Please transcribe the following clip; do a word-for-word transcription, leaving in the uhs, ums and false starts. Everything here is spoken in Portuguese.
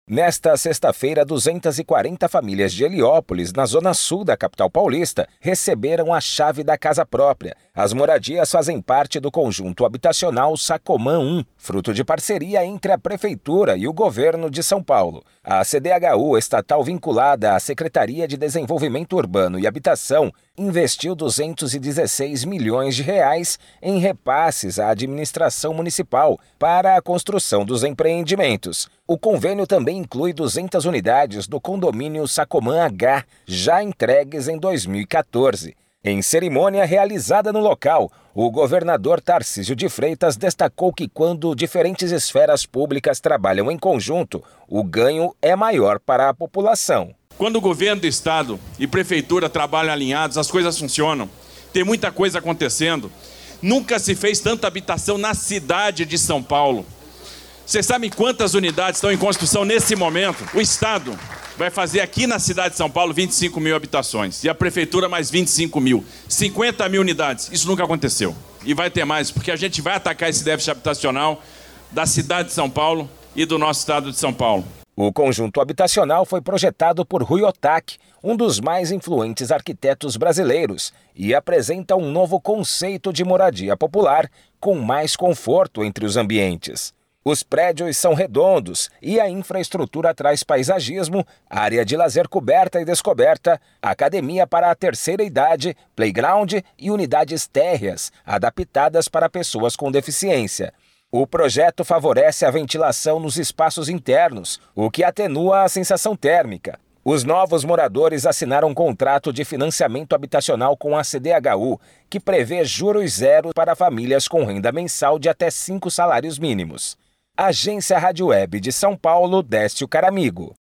Nesta sexta-feira, duzentas e quarenta famílias de Heliópolis, na zona sul da capital paulista, receberam a chave da casa própria. As moradias fazem parte do conjunto habitacional Sacomã um, fruto de parceria entre a Prefeitura e o governo de São Paulo. A C D H U, estatal vinculada à Secretaria de Desenvolvimento Urbano e Habitação, investiu duzentos e dezesseis milhões de reais em repasses à administração municipal para a construção dos empreendimentos. O convênio também inclui duzentas unidades do condomínio Sacomã H, já entregues em dois mil e quatorze. Em cerimônia realizada no local, o governador Tarcísio de Freitas destacou que quando diferentes esferas públicas trabalham em conjunto, o ganho é maior para a população. Quando o governo do estado e prefeitura trabalham alinhados, as coisas funcionam. Tem muita coisa acontecendo. Nunca se fez tanta habitação na cidade de São Paulo. Vocês sabem quantas unidades estão em construção nesse momento? O estado vai fazer aqui na cidade de São Paulo vinte e cinco mil habitações e a prefeitura mais vinte e cinco mil. cinquenta mil unidades. Isso nunca aconteceu. E vai ter mais, porque a gente vai atacar esse déficit habitacional da cidade de São Paulo e do nosso estado de São Paulo. O conjunto habitacional foi projetado por Rui Otaki, um dos mais influentes arquitetos brasileiros, e apresenta um novo conceito de moradia popular com mais conforto entre os ambientes. Os prédios são redondos e a infraestrutura traz paisagismo, área de lazer coberta e descoberta, academia para a terceira idade, playground e unidades térreas, adaptadas para pessoas com deficiência. O projeto favorece a ventilação nos espaços internos, o que atenua a sensação térmica. Os novos moradores assinaram um contrato de financiamento habitacional com a C D H U, que prevê juros zero para famílias com renda mensal de até cinco salários mínimos. Agência Rádio Web de São Paulo, Décio Caramigo.